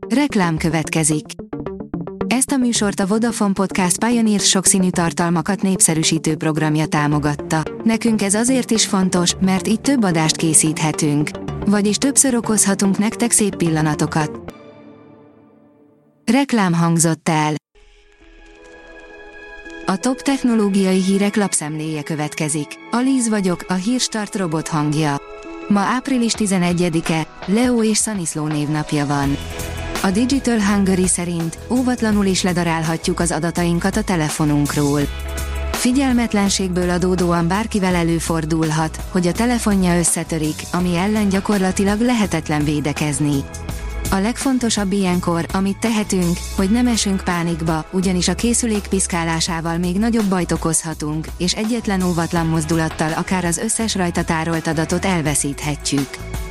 Reklám következik. Ezt a műsort a Vodafone Podcast Pioneer sokszínű tartalmakat népszerűsítő programja támogatta. Nekünk ez azért is fontos, mert így több adást készíthetünk. Vagyis többször okozhatunk nektek szép pillanatokat. Reklám hangzott el. A top technológiai hírek lapszemléje következik. Alíz vagyok, a Hírstart robot hangja. Ma április 11-e, Leo és Szaniszló névnapja van. A Digital Hungary szerint óvatlanul is ledarálhatjuk az adatainkat a telefonunkról. Figyelmetlenségből adódóan bárkivel előfordulhat, hogy a telefonja összetörik, ami ellen gyakorlatilag lehetetlen védekezni. A legfontosabb ilyenkor, amit tehetünk, hogy nem esünk pánikba, ugyanis a készülék piszkálásával még nagyobb bajt okozhatunk, és egyetlen óvatlan mozdulattal akár az összes rajta tárolt adatot elveszíthetjük.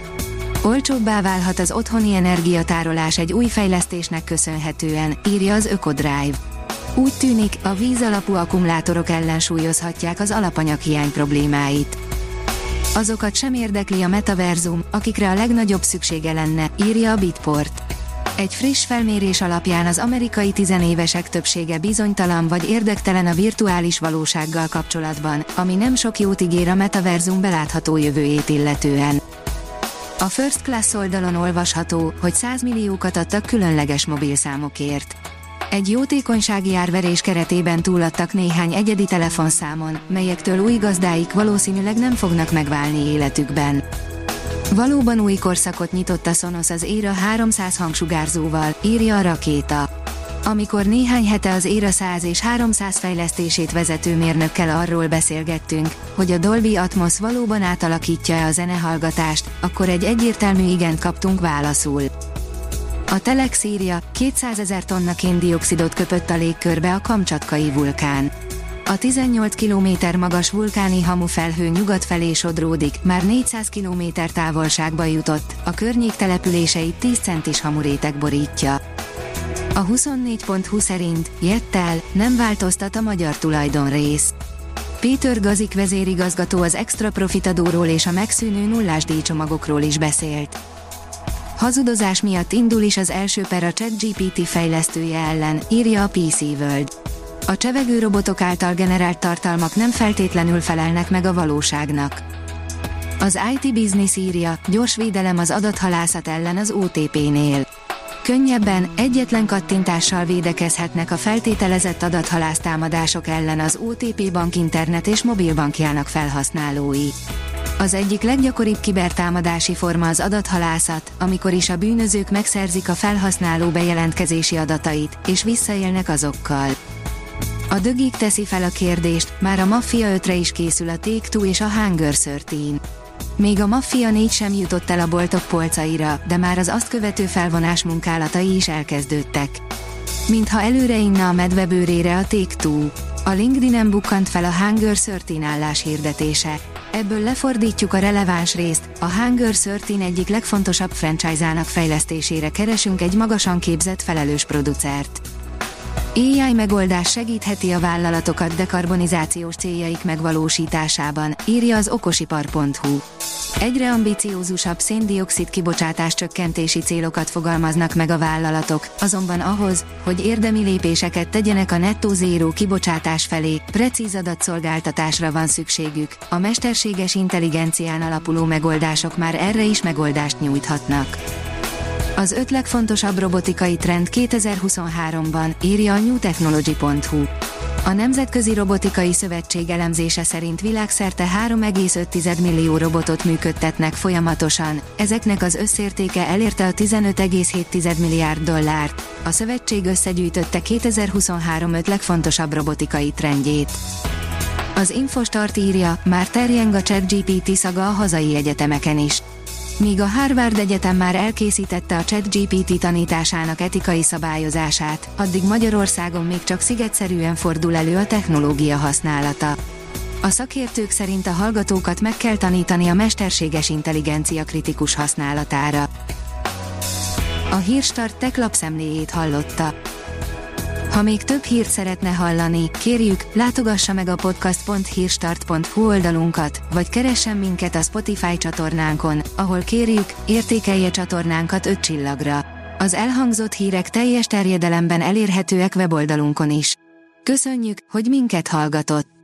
Olcsóbbá válhat az otthoni energiatárolás egy új fejlesztésnek köszönhetően, írja az Ökodrive. Úgy tűnik, a vízalapú akkumulátorok ellensúlyozhatják az alapanyaghiány problémáit. Azokat sem érdekli a metaverzum, akikre a legnagyobb szüksége lenne, írja a Bitport. Egy friss felmérés alapján az amerikai tizenévesek többsége bizonytalan vagy érdektelen a virtuális valósággal kapcsolatban, ami nem sok jót ígér a metaverzum belátható jövőjét illetően. A First Class oldalon olvasható, hogy 100 milliókat adtak különleges mobilszámokért. Egy jótékonysági árverés keretében túladtak néhány egyedi telefonszámon, melyektől új gazdáik valószínűleg nem fognak megválni életükben. Valóban új korszakot nyitott a Sonos az Era 300 hangsugárzóval, írja a Rakéta. Amikor néhány hete az Era 100 és 300 fejlesztését vezető mérnökkel arról beszélgettünk, hogy a Dolby Atmos valóban átalakítja-e a zenehallgatást, akkor egy egyértelmű igent kaptunk válaszul. A Telex írja, 200 000 tonna kén-dioxidot köpött a légkörbe a kamcsatkai vulkán. A 18 km magas vulkáni hamufelhő nyugat felé sodródik, már 400 km távolságba jutott, a környék településeit 10 centis hamuréteg borítja. A 24.hu szerint Jettel nem változtat a magyar tulajdonrész. Péter Gazik vezérigazgató az extra profitadóról és a megszűnő nullás díjcsomagokról is beszélt. Hazudozás miatt indul is az első per a ChatGPT fejlesztője ellen, írja a PC World. A csevegő robotok által generált tartalmak nem feltétlenül felelnek meg a valóságnak. Az IT Business írja, gyors védelem az adathalászat ellen az OTP-nél. Könnyebben, egyetlen kattintással védekezhetnek a feltételezett adathalásztámadások ellen az OTP bank internet és mobilbankjának felhasználói. Az egyik leggyakoribb kibertámadási forma az adathalászat, amikor is a bűnözők megszerzik a felhasználó bejelentkezési adatait, és visszaélnek azokkal. A The Geek teszi fel a kérdést, már a Mafia 5-re is készül a Take-Two és a Hunger 13. Még a Mafia 4 sem jutott el a boltok polcaira, de már az azt követő felvonás munkálatai is elkezdődtek. Mintha előre inna a medve bőrére a Take-Two. A LinkedIn-en bukkant fel a Hunger 13 állás hirdetése. Ebből lefordítjuk a releváns részt, a Hunger 13 egyik legfontosabb franchise-ának fejlesztésére keresünk egy magasan képzett felelős producert. AI megoldás segítheti a vállalatokat dekarbonizációs céljaik megvalósításában, írja az okosipar.hu. Egyre ambiciózusabb szén-dioxid kibocsátás csökkentési célokat fogalmaznak meg a vállalatok, azonban ahhoz, hogy érdemi lépéseket tegyenek a nettó zéró kibocsátás felé, precíz adatszolgáltatásra van szükségük, a mesterséges intelligencián alapuló megoldások már erre is megoldást nyújthatnak. Az 5 legfontosabb robotikai trend 2023-ban, írja a newtechnology.hu. A Nemzetközi Robotikai Szövetség elemzése szerint világszerte 3,5 millió robotot működtetnek folyamatosan, ezeknek az összértéke elérte a 15,7 milliárd dollárt. A szövetség összegyűjtötte 2023 5 legfontosabb robotikai trendjét. Az Infostart írja, már terjeng a ChatGPT szaga a hazai egyetemeken is. Míg a Harvard Egyetem már elkészítette a ChatGPT tanításának etikai szabályozását, addig Magyarországon még csak szigetszerűen fordul elő a technológia használata. A szakértők szerint a hallgatókat meg kell tanítani a mesterséges intelligencia kritikus használatára. A Hírstart tech lapszemléjét hallotta. Ha még több hírt szeretne hallani, kérjük, látogassa meg a podcast.hírstart.hu oldalunkat, vagy keressen minket a Spotify csatornánkon, ahol kérjük, értékelje csatornánkat 5 csillagra. Az elhangzott hírek teljes terjedelemben elérhetőek weboldalunkon is. Köszönjük, hogy minket hallgatott!